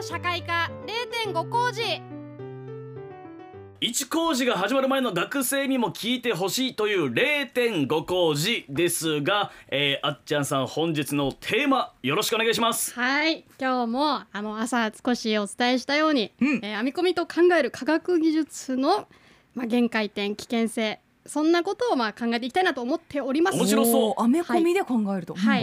社会科 0.5 工事。 1工事が始まる前の学生にも聞いてほしいという 0.5 工事ですが、あっちゃんさん、本日のテーマよろしくお願いします。 はい、今日も朝少しお伝えしたように、編み込みと考える科学技術の、限界点、危険性、そんなことを考えていきたいなと思っております。 面白そう。 編み込みで考えると、 はい、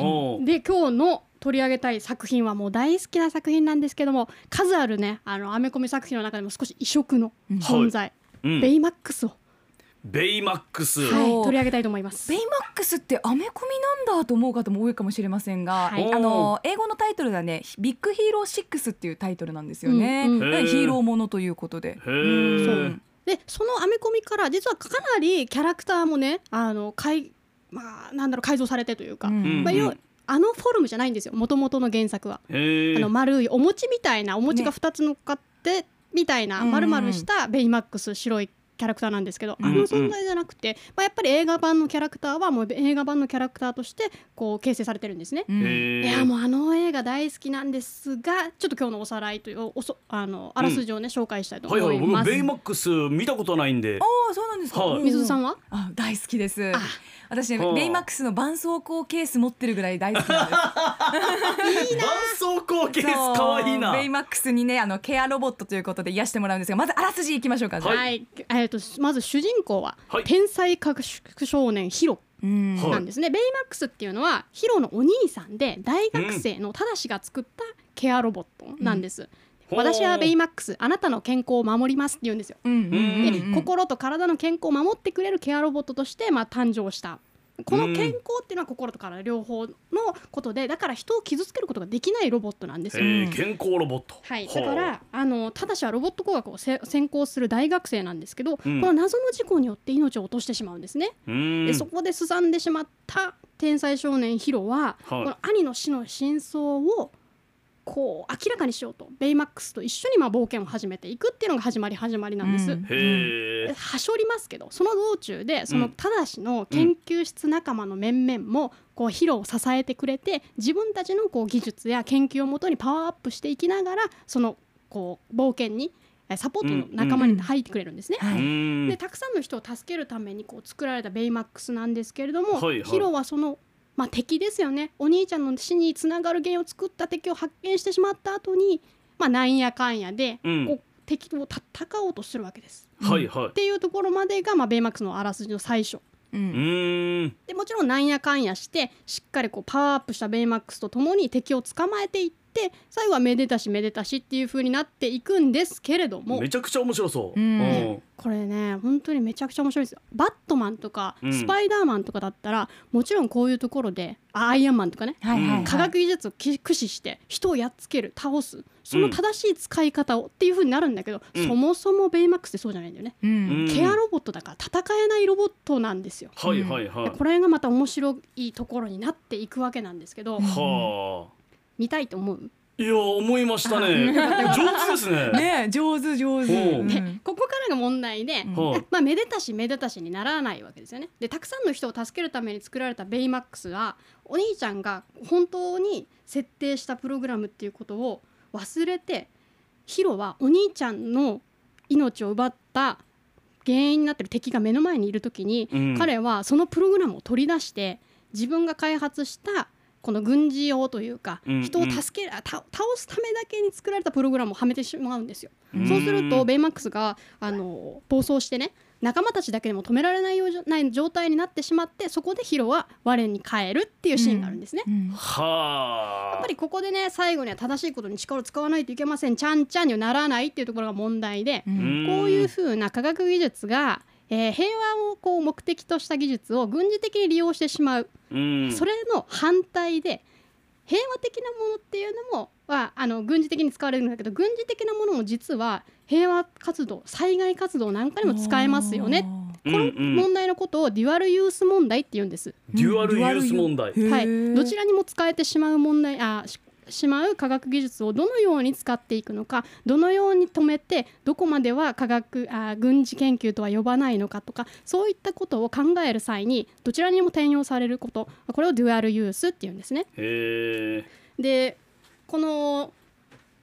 で今日の取り上げたい作品はもう大好きな作品なんですけども、数あるね編み込み作品の中でも少し異色の存在、ベイマックスをベイマックス、 取り上げたいと思います。 ベイマックスって編み込みなんだと思う方も多いかもしれませんが、英語のタイトルではね、ビッグヒーロー6っていうタイトルなんですよね、ヒーローものということで。 そうで、その編み込みから実はかなりキャラクターもね改造されてというか、あのフォルムじゃないんですよ、元々の原作は。丸いお餅みたいな、お餅が2つ乗っかってみたいな、丸々したベイマックス、白いキャラクターなんですけど、存在じゃなくて、やっぱり映画版のキャラクターはもう映画版のキャラクターとしてこう形成されてるんですね。いや、もう映画大好きなんですが、ちょっと今日のおさらいというあらすじをね、紹介したいと思います。 僕ベイマックス見たことないんで。 そうなんですか。 水さんは？ 大好きです。私ね、ベイマックスの絆創膏ケース持ってるぐらい大好きなんです絆創膏ケースかわいいな。 ベイマックスにね、ケアロボットということで癒してもらうんですが、まずあらすじいきましょうか。 まず主人公は、天才科学少年ヒロなんですね。ベイマックスっていうのはヒロのお兄さんで、大学生のタダシが作ったケアロボットなんです。私はベイマックス、あなたの健康を守りますって言うんですよ。で、心と体の健康を守ってくれるケアロボットとして誕生した。この健康っていうのは心と体両方のことで、だから人を傷つけることができないロボットなんですよ。 健康ロボット。 だからただしはロボット工学を専攻する大学生なんですけど、この謎の事故によって命を落としてしまうんですね。でそこですさんでしまった天才少年ヒロは、この兄の死の真相をこう明らかにしようと、ベイマックスと一緒に冒険を始めていくっていうのが始まりなんです。はしょりますけど、その道中でそのただしの研究室仲間の面々もこうヒロを支えてくれて、自分たちのこう技術や研究をもとにパワーアップしていきながら、そのこう冒険にサポートの仲間に入ってくれるんですね。でたくさんの人を助けるためにこう作られたベイマックスなんですけれども、ヒロはその敵ですよね、お兄ちゃんの死につながる原因を作った敵を発見してしまった後に、なんやかんやで、こう敵と戦おうとするわけです。っていうところまでが、ベイマックスのあらすじの最初。でもちろんなんやかんやしてしっかりこうパワーアップしたベイマックスとともに敵を捕まえていって、最後はめでたしめでたしっていう風になっていくんですけれども、 めちゃくちゃ面白そう。 これね、本当にめちゃくちゃ面白いですよ。バットマンとかスパイダーマンとかだったら、もちろんこういうところでアイアンマンとかね、科学技術を駆使して人をやっつける、倒す、その正しい使い方をっていう風になるんだけど、そもそもベイマックスってそうじゃないんだよね。ケアロボットだから戦えないロボットなんですよ。これがまた面白いところになっていくわけなんですけど、見たいと思う？ いや、思いましたね。上手ですね。 上手。 でここからが問題で、めでたしめでたしにならないわけですよね。でたくさんの人を助けるために作られたベイマックスは、お兄ちゃんが本当に設定したプログラムっていうことを忘れて、ヒロはお兄ちゃんの命を奪った原因になってる敵が目の前にいる時に、彼はそのプログラムを取り出して自分が開発したこの軍事用というか、人を倒すためだけに作られたプログラムをはめてしまうんですよ。そうするとベイマックスが暴走してね、仲間たちだけでも止められない状態になってしまって、そこでヒロは我に返るっていうシーンがあるんですね。やっぱりここでね、最後には正しいことに力を使わないといけません、ちゃんちゃんにはならないっていうところが問題で、こういう風な科学技術が平和をこう目的とした技術を軍事的に利用してしまう、それの反対で平和的なものっていうのも軍事的に使われるんだけど、軍事的なものも実は平和活動、災害活動なんかにも使えますよね。この問題のことをデュアルユース問題って言うんです。 デュアルユース問題、 どちらにも使えてしまう科学技術をどのように使っていくのか、どのように止めてどこまでは軍事研究とは呼ばないのかとか、そういったことを考える際にどちらにも転用されること、これをデュアルユースっていうんですね。でこの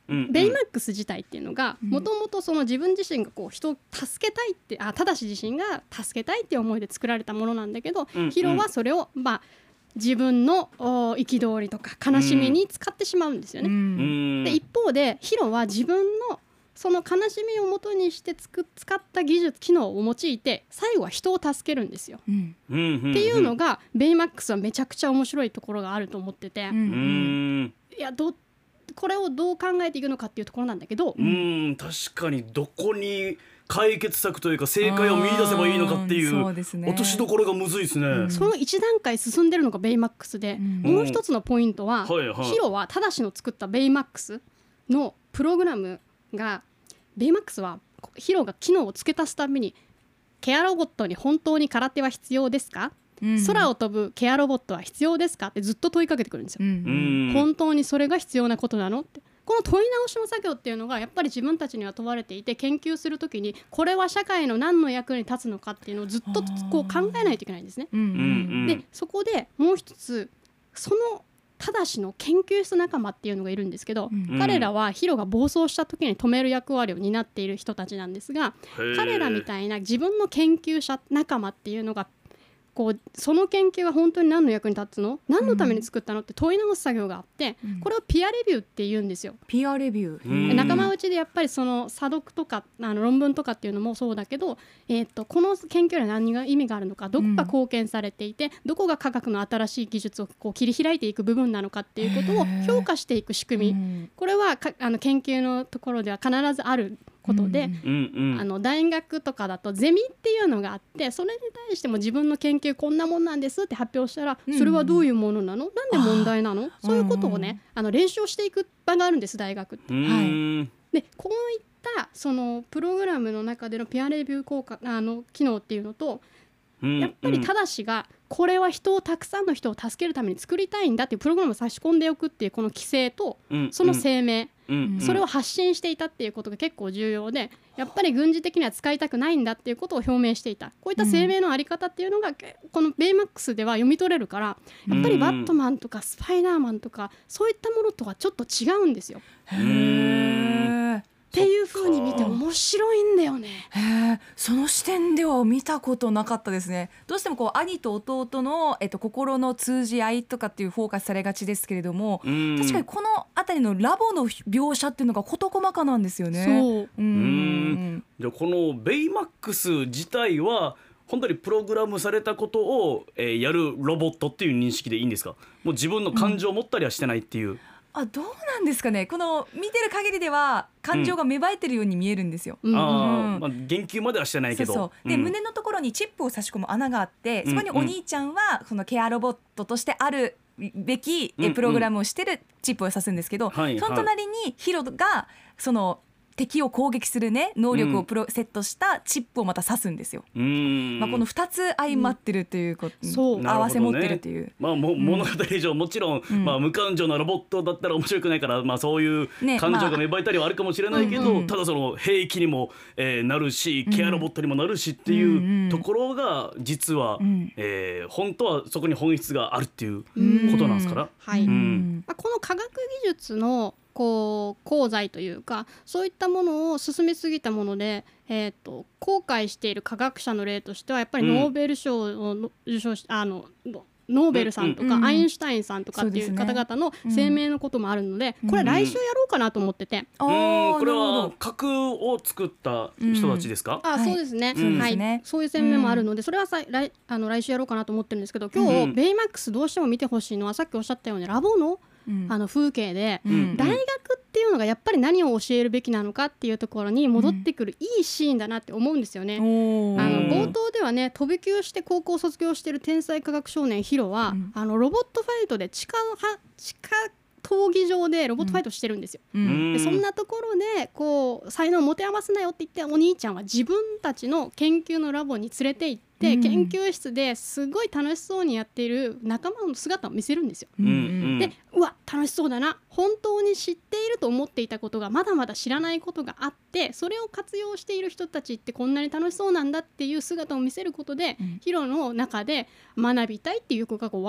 ベイマックス自体っていうのがもともとその自分自身がこう人を助けたいってただし自身が助けたいっていう思いで作られたものなんだけど、ヒロはそれを自分の憤りとか悲しみに使ってしまうんですよね。で一方でヒロは自分のその悲しみを元にして使った機能を用いて最後は人を助けるんですよ、っていうのがベイマックスはめちゃくちゃ面白いところがあると思ってて、いやこれをどう考えていくのかっていうところなんだけど、 確かにどこに解決策というか正解を見出せばいいのかっていう落としどころがむずいですね。 その一段階進んでるのがベイマックスで、もう一つのポイントは、ヒロはただしの作ったベイマックスのプログラムが、ベイマックスはヒロが機能を付け足すたびにケアロボットに本当に空手は必要ですか、空を飛ぶケアロボットは必要ですかってずっと問いかけてくるんですよ、本当にそれが必要なことなのって。この問い直しの作業っていうのがやっぱり自分たちには問われていて、研究するときにこれは社会の何の役に立つのかっていうのをずっとこう考えないといけないんですね。でそこでもう一つ、そのただしの研究室仲間っていうのがいるんですけど、彼らはヒロが暴走した時に止める役割を担っている人たちなんですが、彼らみたいな自分の研究者仲間っていうのがこうその研究が本当に何の役に立つの、何のために作ったのって問い直す作業があって、これをピアレビューって言うんですよ。 ピアレビュー、 仲間内でやっぱりその査読とか論文とかっていうのもそうだけど、この研究には何が意味があるのか、どこが貢献されていて、どこが科学の新しい技術をこう切り開いていく部分なのかっていうことを評価していく仕組み、これは研究のところでは必ずあることで、大学とかだとゼミっていうのがあって、それに対しても自分の研究こんなもんなんですって発表したら、それはどういうものなの、なんで問題なの、そういうことをね練習をしていく場があるんです、大学って。でこういったそのプログラムの中でのピアレビュー効果機能っていうのと、やっぱりただしがこれはたくさんの人を助けるために作りたいんだっていうプログラムを差し込んでおくっていうこの規制と、その声明、それを発信していたっていうことが結構重要で、やっぱり軍事的には使いたくないんだっていうことを表明していた。こういった声明のあり方っていうのがこのベイマックスでは読み取れるから、やっぱりバットマンとかスパイダーマンとかそういったものとはちょっと違うんですよ。っていう風に見て面白いんだよね。 その視点では見たことなかったですね。どうしてもこう兄と弟の、心の通じ合いとかっていうフォーカスされがちですけれども、確かにこのあたりのラボの描写っていうのが事細かなんですよね。 じゃあこのベイマックス自体は本当にプログラムされたことを、やるロボットっていう認識でいいんですか。もう自分の感情を持ったりはしてないっていう、 どうなんですかね。この見てる限りでは感情が芽生えてるように見えるんですよ。 言及まではしてないけど、 で胸のところにチップを差し込む穴があって、そこにお兄ちゃんはそのケアロボットとしてあるべきプログラムをしてるチップを指すんですけど、その隣にヒロがその敵を攻撃するね能力をセットしたチップをまた指すんですよ。この2つ相まってるということ、合わせ持ってるという、 物語上もちろん、無感情なロボットだったら面白くないから、そういう感情が芽生えたりはあるかもしれないけど、ただその兵器にも、なるしケアロボットにもなるしっていうところが実は、本当はそこに本質があるっていうことなんですから。 この科学技術の功罪というか、そういったものを進めすぎたもので、後悔している科学者の例としてはやっぱりノーベル賞を受賞しノーベルさんとかアインシュタインさんとかっていう方々の声明のこともあるので、これ来週やろうかなと思ってて。 これは核を作った人たちですか。 そうですね、そういう声明もあるので、それは来週やろうかなと思ってるんですけど、今日ベイマックスどうしても見てほしいのは、さっきおっしゃったようにラボの風景で、大学っていうのがやっぱり何を教えるべきなのかっていうところに戻ってくるいいシーンだなって思うんですよね。冒頭ではね、飛び級して高校を卒業している天才科学少年ヒロは、ロボットファイトで地下闘技場でロボットファイトしてるんですよ。でそんなところで才能を持て余すなよって言って、お兄ちゃんは自分たちの研究のラボに連れて行って、研究室ですごい楽しそうにやっている仲間の姿を見せるんですよ。でうわ楽しそうだな、本当に知っていると思っていたことがまだまだ知らないことがあって、それを活用している人たちってこんなに楽しそうなんだっていう姿を見せることで、ヒロの中で学びたいっていう子が分かっ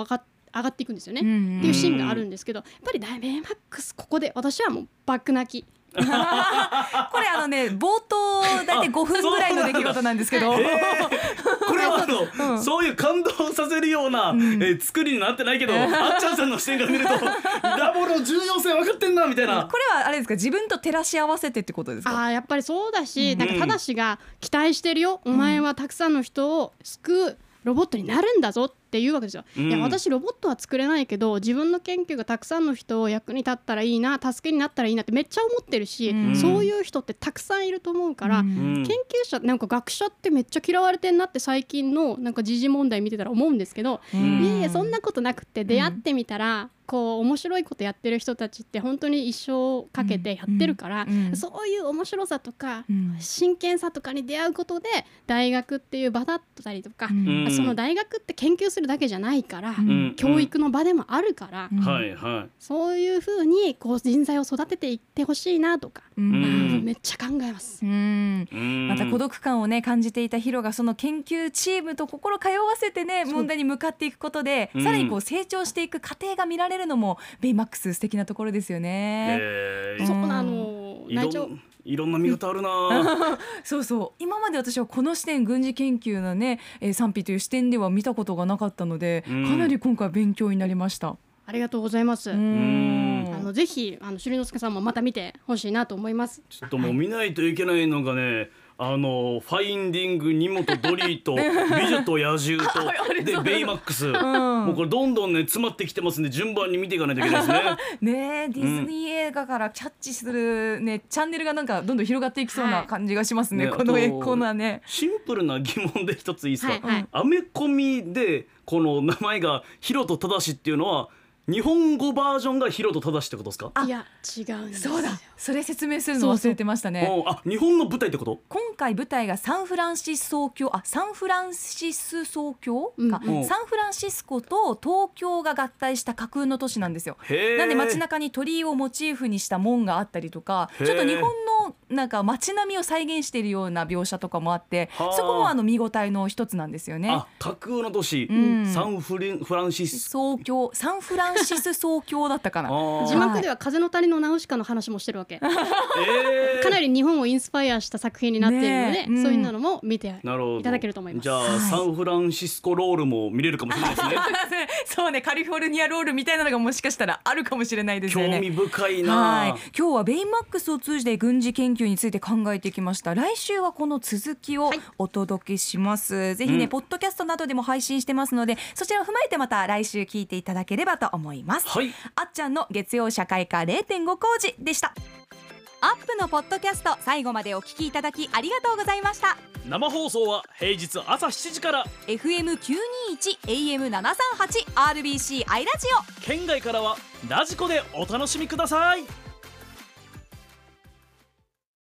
上がっていくんですよね、っていうシーンがあるんですけど、やっぱりベイマックスここで私はもうバック泣きこれ冒頭だいたい5分ぐらいの出来事なんですけど、 これはそういう感動させるような、作りになってないけど、あっちゃんさんの視点から見るとラボの重要性分かってんなみたいな。 これはあれですか、自分と照らし合わせてってことですか？ やっぱりそうだし、なんか正しが期待してるよ、お前はたくさんの人を救うロボットになるんだぞっていうわけですよ、いや私ロボットは作れないけど自分の研究がたくさんの人を役に立ったらいいな、助けになったらいいなってめっちゃ思ってるし、そういう人ってたくさんいると思うから、研究者なんか学者ってめっちゃ嫌われてんなって最近のなんか時事問題見てたら思うんですけど、いやそんなことなくって出会ってみたら、こう面白いことやってる人たちって本当に一生かけてやってるから、そういう面白さとか、真剣さとかに出会うことで大学っていう場だったりとか、その大学って研究するだけじゃないから、教育の場でもあるから、そういう風にこう人材を育てていってほしいなとか、めっちゃ考えます。 また孤独感をね感じていたヒロがその研究チームと心通わせてね問題に向かっていくことで、さらにこう成長していく過程が見られるのもベイマックス素敵なところですよね。 そうなの、 いろんな見方あるなそうそう、今まで私はこの視点、軍事研究のね、賛否という視点では見たことがなかったので、かなり今回勉強になりました。 ありがとうございます。ぜひ朱里之助さんもまた見てほしいなと思います。 ちょっともう見ないといけないのがね、ファインディング、ニモとドリーと美女と野獣とでベイマックス、もうこれどんどんね詰まってきてますんで、順番に見ていかないといけないですね。 ね、ディズニー映画からキャッチするね、チャンネルがなんかどんどん広がっていきそうな感じがしますね、このコーナーね。 シンプルな疑問で一ついいですか、アメコミでこの名前がヒロとタダシっていうのは日本語バージョンがヒロとタダシってことですか？ いや違うんですよ。 そうだ、それ説明するの忘れてましたね。 日本の舞台ってこと？ 今回舞台がサンフランシス総教、サンフランシス総教か、サンフランシスコと東京が合体した架空の都市なんですよ。なんで街中に鳥居をモチーフにした門があったりとか、ちょっと日本のなんか街並みを再現しているような描写とかもあって、そこも見応えの一つなんですよね。 架空の都市、サンフランシス総教、サンフランシス総教だったかな。 字幕では風の谷のナウシカの話もしてるわけ。かなり日本をインスパイアした作品になっているので、そういうのも見ていただけると思います。 じゃあ、サンフランシスコロールも見れるかもしれないですね。 そうね、カリフォルニアロールみたいなのがもしかしたらあるかもしれないですね。 興味深いな。 今日はベイマックスを通じて軍事研究について考えてきました。来週はこの続きをお届けします。ぜひね、ポッドキャストなどでも配信してますので、そちらを踏まえてまた来週聞いていただければと思います。あっちゃんの月曜社会科 0.5 工事でした。アップのポッドキャスト、最後までお聞きいただきありがとうございました。 生放送は平日朝7時から FM921 AM738 RBC アイラジオ、 県外からはラジコでお楽しみください。